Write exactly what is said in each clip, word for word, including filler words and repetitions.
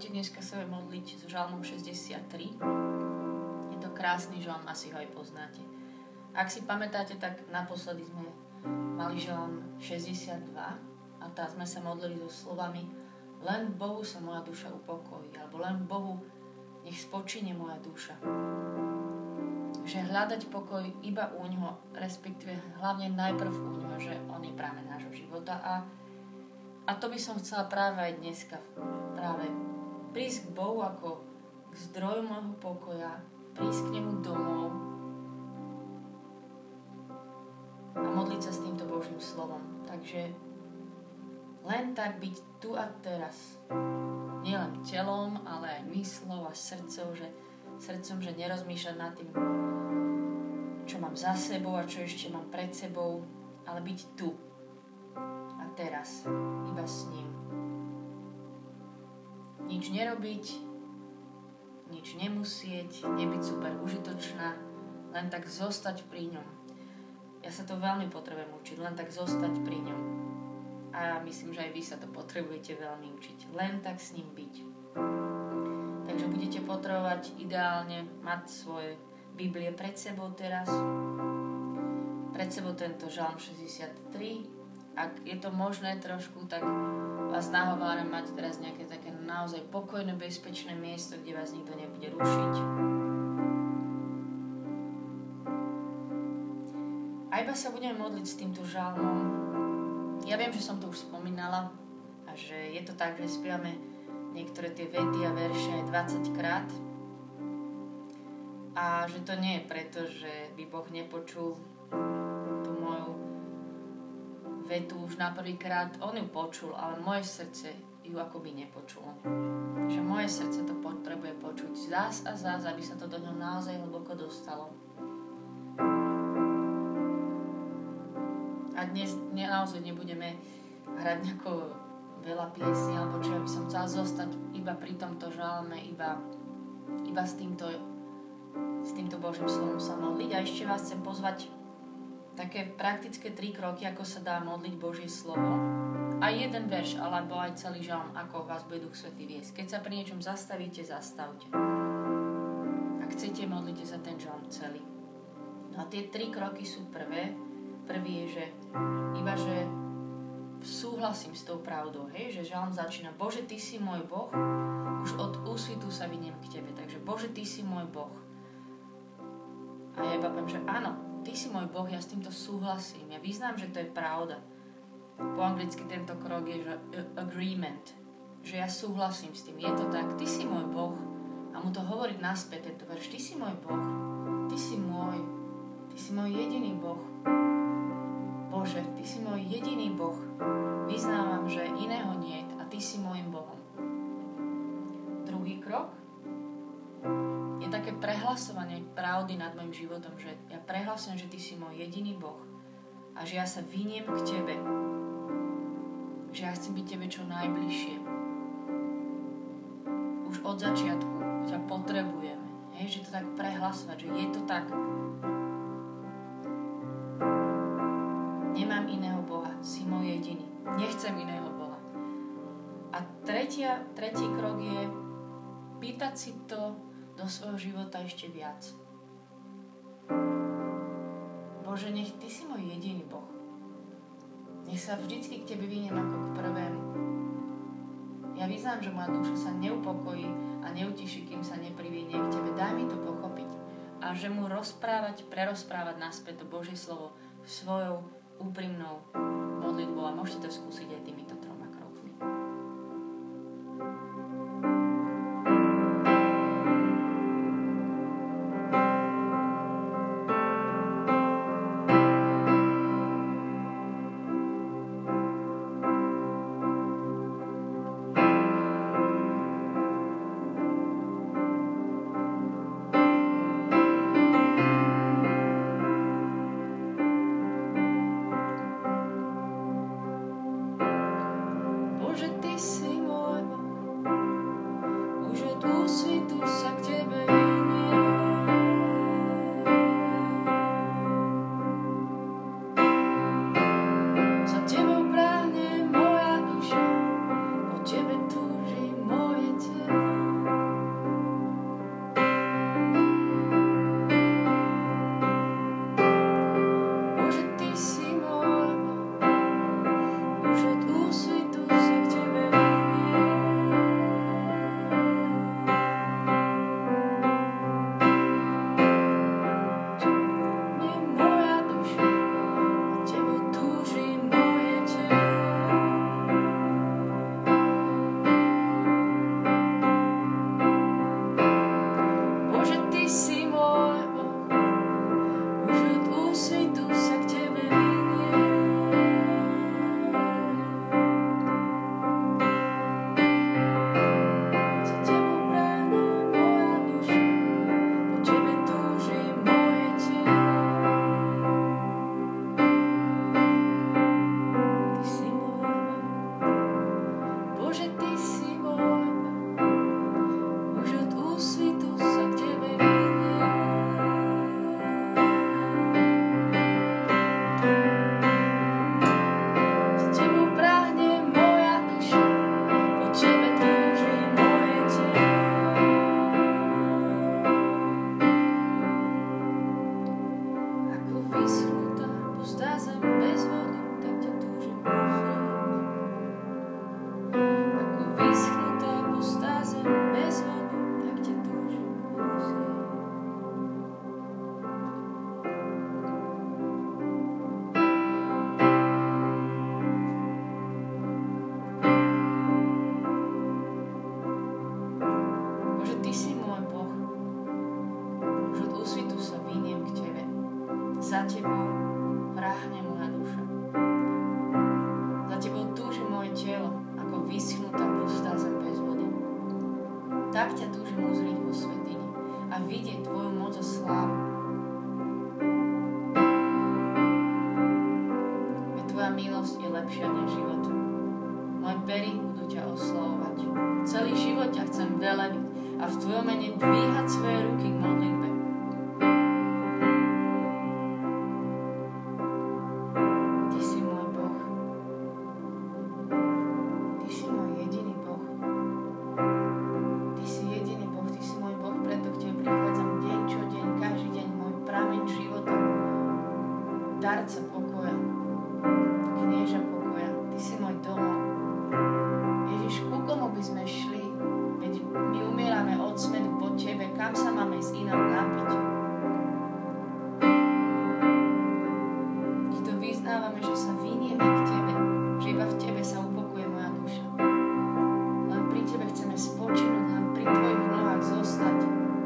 Poďte dneska sa modliť s žalmom šesťdesiattri. Je to krásny žalm, asi ho aj poznáte. Ak si pamätáte, tak naposledy sme mali žalm šesťdesiatdva a tá sme sa modlili so slovami len v Bohu sa moja duša upokojí, alebo len v Bohu nech spočíne moja duša. Že hľadať pokoj iba u ňoho, respektíve hlavne najprv u ňoho, že on je práve nášho života. A, a to by som chcela práve aj dneska práve prísť k Bohu ako k zdroju môjho pokoja, prísť k nemu domov a modliť sa s týmto Božím slovom. Takže len tak byť tu a teraz. Nielen telom, ale aj myslou a srdcom, že, srdcom, že nerozmýšľať nad tým, čo mám za sebou a čo ešte mám pred sebou, ale byť tu a teraz, iba s ním. Nič nerobiť, nič nemusieť, nebyť super užitočná, len tak zostať pri ňom. Ja sa to veľmi potrebujem učiť, len tak zostať pri ňom. A myslím, že aj vy sa to potrebujete veľmi učiť. Len tak s ním byť. Takže budete potrebovať ideálne mať svoje Biblie pred sebou teraz. Pred sebou tento žalm šesťdesiattri. Ak je to možné trošku, tak vás nahováram mať teraz nejaké také naozaj pokojné, bezpečné miesto, kde vás nikto nebude rušiť. A iba sa budeme modliť s týmto žalmom. Ja viem, že som to už spomínala a že je to tak, že spievame niektoré tie vety a verše aj dvadsať krát a že to nie je preto, že by Boh nepočul tú moju vetu už na prvýkrát. On ju počul, ale moje srdce ju akoby nepočulo. Že moje srdce to potrebuje počuť zás a zás, aby sa to do ňoho naozaj hlboko dostalo. A dnes naozaj nebudeme hrať nejako veľa piesní, alebo čo, ja by som chcela zostať iba pri tomto žalme, iba, iba s, týmto, s týmto Božím slovom sa modliť. A ešte vás chcem pozvať také praktické tri kroky, ako sa dá modliť Božie slovo. Aj jeden verš, alebo aj celý žalm, ako vás bude Duch Svätý viesť. Keď sa pri niečom zastavíte, zastavte. Ak chcete, modlite sa ten žalm celý. No a tie tri kroky sú prvé. Prvý je, že iba, že súhlasím s tou pravdou, hej, že žalm začína Bože, Ty si môj Boh, už od úsvitu sa vyniem k Tebe, takže Bože, Ty si môj Boh. A ja iba poviem, že áno, Ty si môj Boh, ja s týmto súhlasím, ja vyznám, že to je pravda. Po anglicky tento krok je, že agreement, že ja súhlasím s tým, je to tak, Ty si môj Boh. A mu to hovoriť naspäť, tento verš, Ty si môj Boh, Ty si môj, Ty si môj jediný Boh. Bože, Ty si môj jediný Boh. Vyznávam, že iného niet a Ty si môjim Bohom. Druhý krok je také prehlasovanie pravdy nad môjim životom, že ja prehlasujem, že Ty si môj jediný Boh a že ja sa vyniem k Tebe. Že ja chcem byť Tebe čo najbližšie. Už od začiatku ťa potrebujeme. Hej, že to tak prehlasovať, že je to tak. Nemám iného Boha, si môj jediný. Nechcem iného Boha. A tretia, tretí krok je pýtať si to do svojho života ešte viac. Bože, nech Ty si môj jediný Boh. Nech sa vždycky k Tebe vyniem ako k prvému. Ja vyznám, že moja duša sa neupokojí a neutiší, kým sa neprivinie k Tebe. Daj mi to pochopiť. A že mu rozprávať, prerozprávať naspäť to Božie slovo svojou úprimnou modlitbou a môžete to skúsiť aj týmito troma krokmi. tak ťa túžim uzrieť vo svätyni a vidieť tvoju moc a slávu. Veď tvoja milosť je lepšia než život. Moje pery budú ťa oslavovať. Celý život ťa chcem velebiť a v tvojom mene dvíhať svoje ruky k modlitbe. Ty si môj Boh. Ty si môj jediný Boh. Ty si jediný Boh, ty si môj Boh, preto k tebe prichádzam deň čo deň, každý deň, môj prameň života, darca pokoja, knieža pokoja. Ty si môj domov. Ježiš, ku komu by sme šli? Veď my umierame od smedu po tebe, kam sa máme ísť inám napiť? My to vyznávame, že sa vynieme k tebe, že iba v tebe sa upokuje moja duša. Len pri tebe chceme spočinúť, len pri tvojich nohách zostať.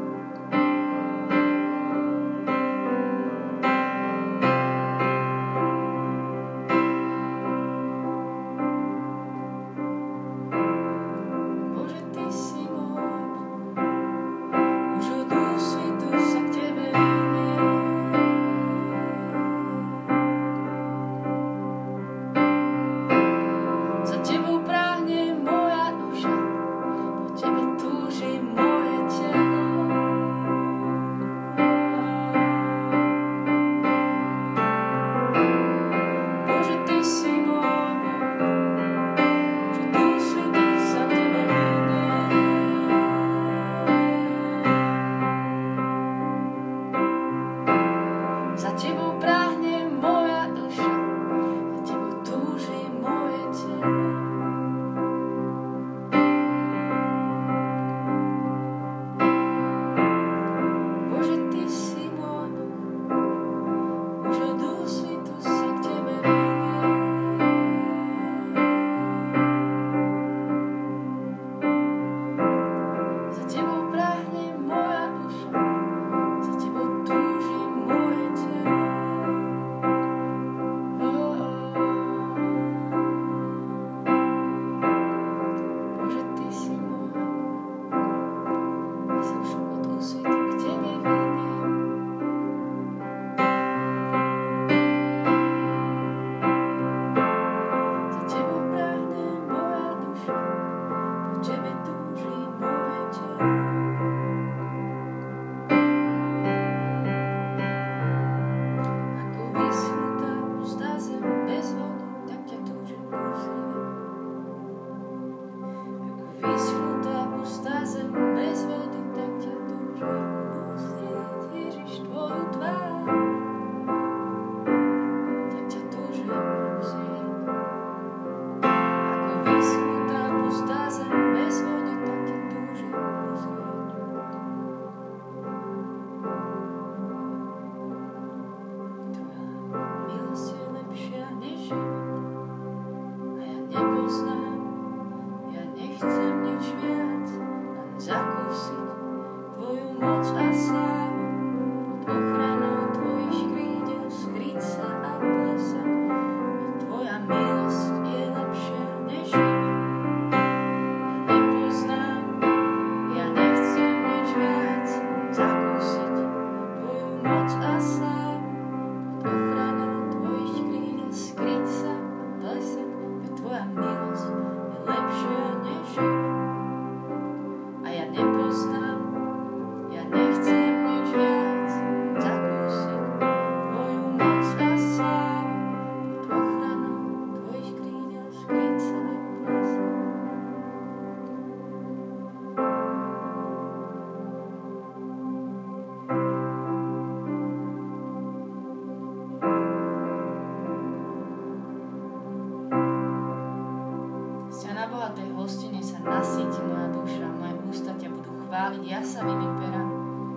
Na tej hostine sa nasíti moja duša, moje ústa ťa budú chváliť jasavými perami.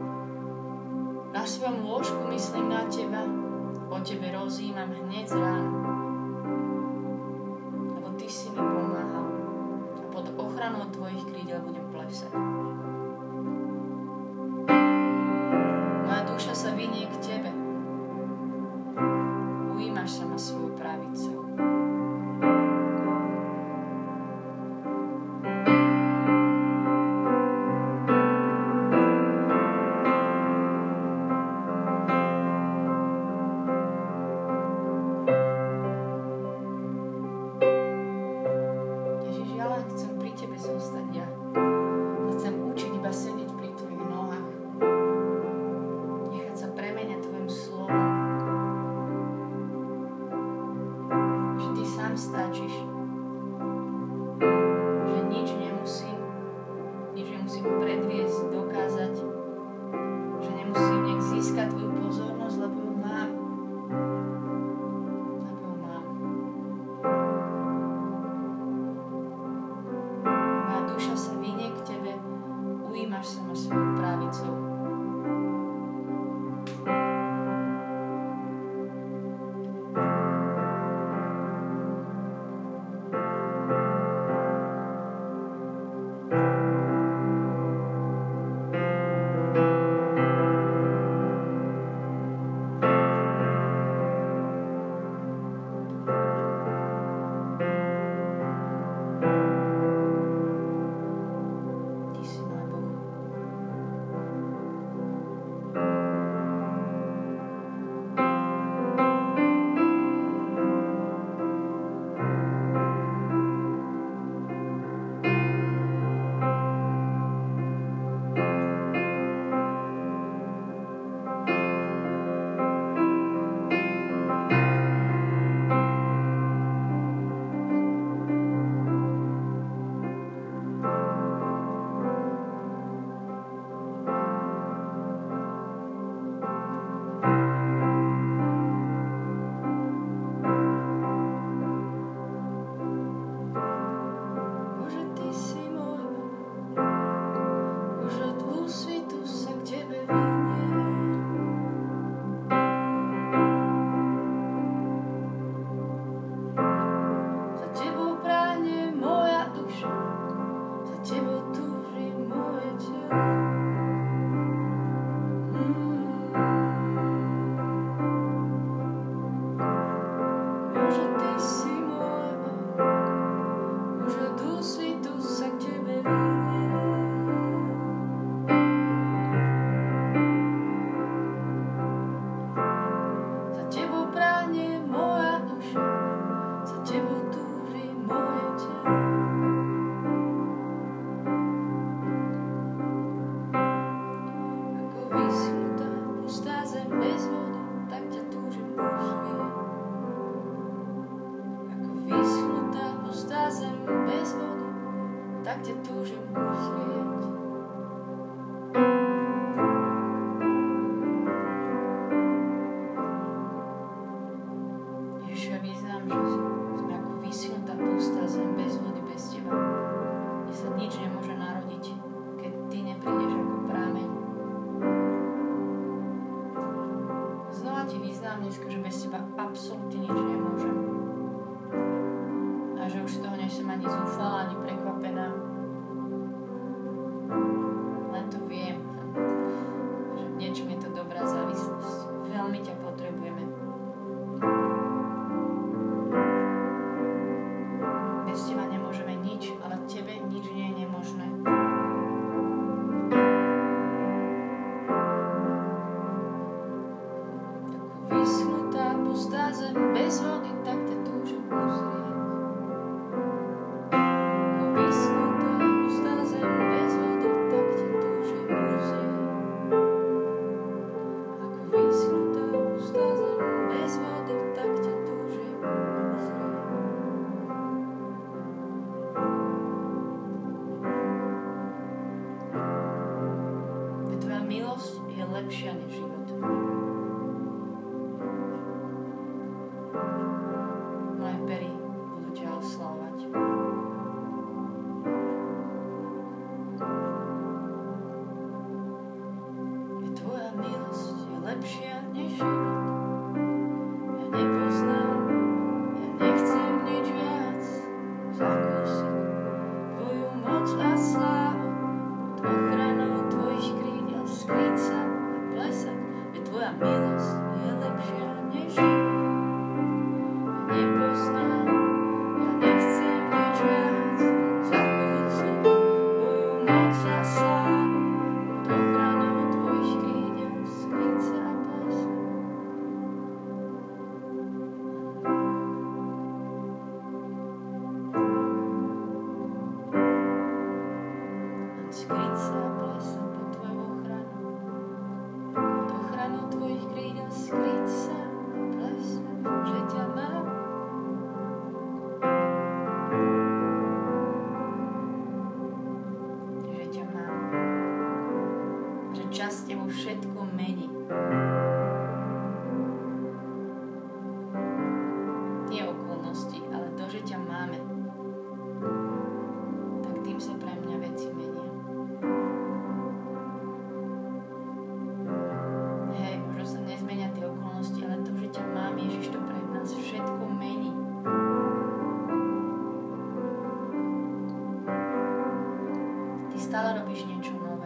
Na svojom lôžku myslím na teba, o tebe rozjímam hneď z rána. Lebo ty si mi pomáhal a pod ochranou tvojich krídel budem plesať. Moja duša sa vinie k tebe. Ujímaš sa ma svojou pravicou. Ty sám stačíš. Že nič nemusím, nič nemusím predviesť, dokázať. Že nemusím nejak získať Tvoju pozornosť, lebo ju mám. Lebo ju mám. Moja duša sa vynie k Tebe, ujímaš sa ma svojou právicou. Dneska, že bez Teba absolútne nič nemôžem. A že už z toho nie som ani zúfala, ani prekvapená. Len to viem, že v niečom je to dobrá závislosť. Veľmi ťa potrebujeme. Bez Teba nemôžeme nič, ale Tebe nič nie je nemožné. Pustá zem bez vody, tak ťa túžim uzrieť. Ako vyschnutá pustá zem bez vody, tak ťa túžim uzrieť. Ako vyschnutá pustá zem bez vody, tak ťa túžim uzrieť. Tvoja milosť je lepšia než život. Lepšia než život. Ja nepoznám, ja nechcem nič viac. Zakúsiť Tvoju moc a slávu, pod ochranou Tvojich krídel skryť sa a plesať. Veď Tvoja milosť je lepšia než život. Ja nepoznám, ja nechcem nič viac. Zakúsiť Tvoju moc a slávu, pod ochranou Tvojich krídel skryť sa. všetko mení. Nie okolnosti, ale to, že ťa máme, tak tým sa pre mňa veci menia. Hej, možno sa nezmenia tie okolnosti, ale to, že ťa mám, Ježiš, to pre nás všetko mení. Ty stále robíš niečo nové.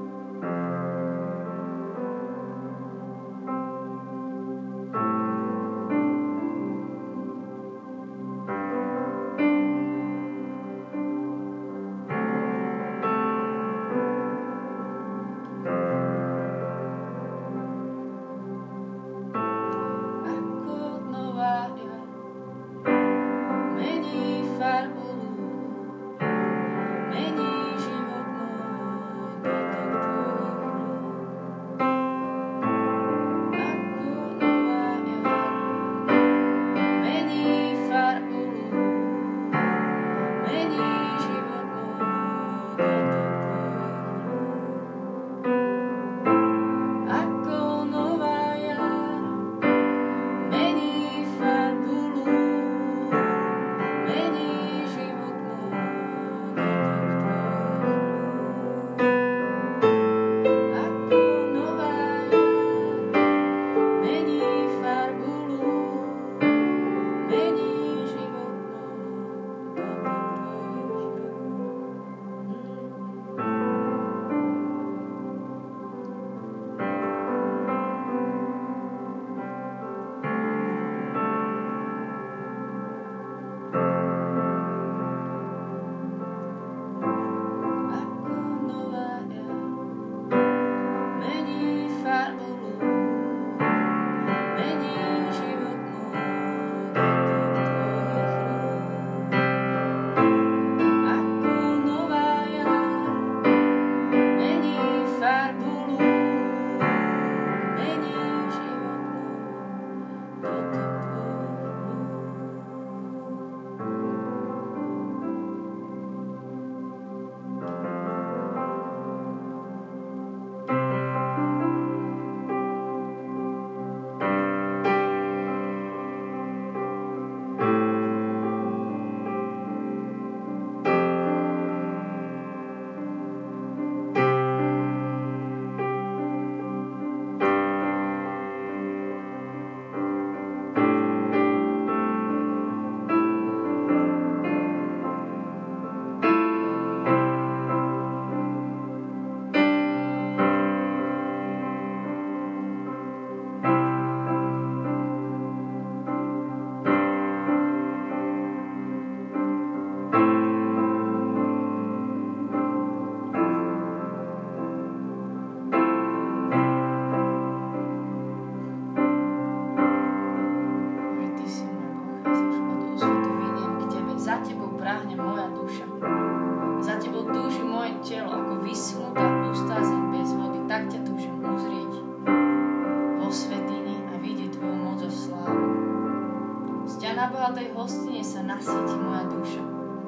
Na bohatej hostine sa nasíti moja duša,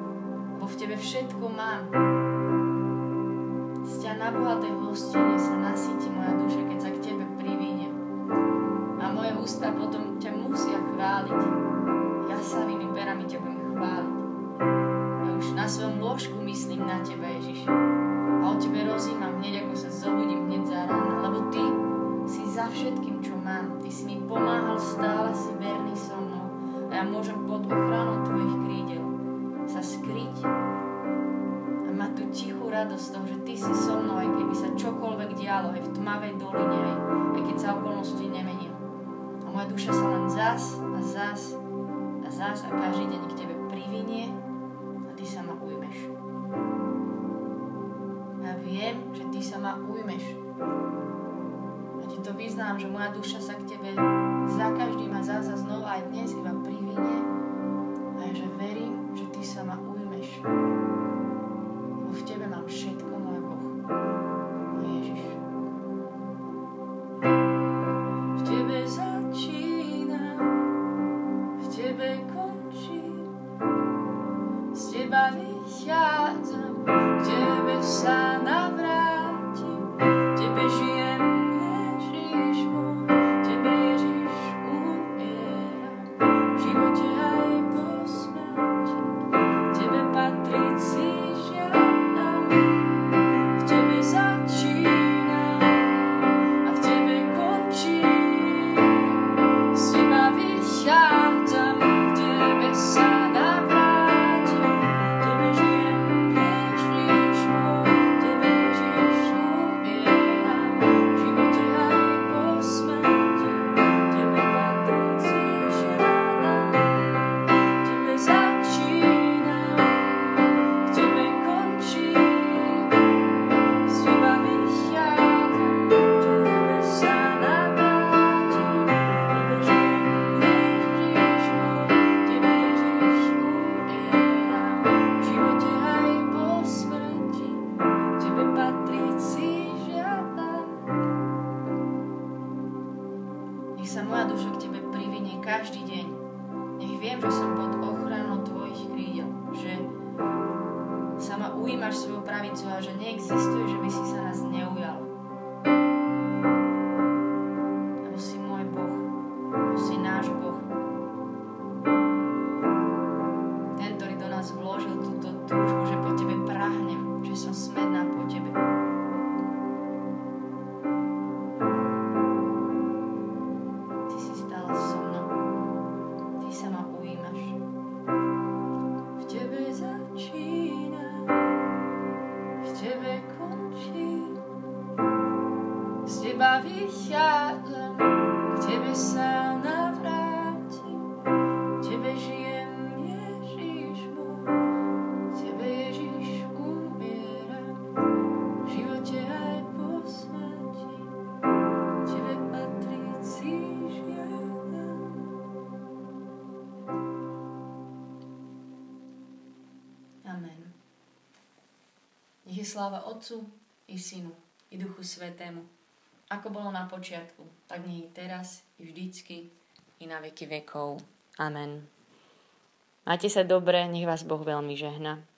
bo v tebe všetko mám. Z ťa na bohatej hostine sa nasíti moja duša, keď sa k tebe privínem. A moje ústa potom ťa musia chváliť. Jasavými perami ťa budem chváliť. Ja už na svojom lôžku myslím na teba, Ježiš. A o tebe rozímam hneď, ako sa zobudím hneď za rána, lebo ty si za všetkým, čo mám. Ty si mi pomáhal, stále si verný so mnou. A ja môžem pod ochranou tvojich krídel sa skryť a mať tú tichú radosť toho, že ty si so mnou, aj keby sa čokoľvek dialo, aj v tmavej doline, aj, aj keď sa okolnosti nemenia. A moja duša sa len zás a zás a zás a každý deň k tebe privinie a ty sa ma ujmeš. A viem, že ty sa ma ujmeš. A ti to vyznám, že moja duša sa k tebe za každým a zás a znova aj dnes iba privinie a že verím, že ty sa ma ujmeš. Lebo v tebe mám všetko, môj Boh. Môj Ježiš. V tebe začínam, v tebe končím, z teba vychádzam, k tebe sa navrátim, v tebe žijem máš svoju pravicu a že neexistuje, že by si sa nás neujal. Lebo si môj Boh, lebo si náš Boh. Ten, ktorý do nás vložil túto túžbu, že po tebe prahnem, že som smedná po tebe. Ty si stále so mnou. Ty sa ma ujímaš. V tebe začínam, v tebe končím. Z teba vychádzam, k tebe sa navrátim. V tebe žijem, Ježiš môj. V tebe, Ježiš, umieram. V živote aj po smrti. V tebe patriť si žiadam. Amen. Nech je sláva Otcu i Synu i Duchu Svätému, ako bolo na počiatku, tak nech je teraz i vždycky i na veky vekov. Amen. Majte sa dobre, nech vás Boh veľmi žehná.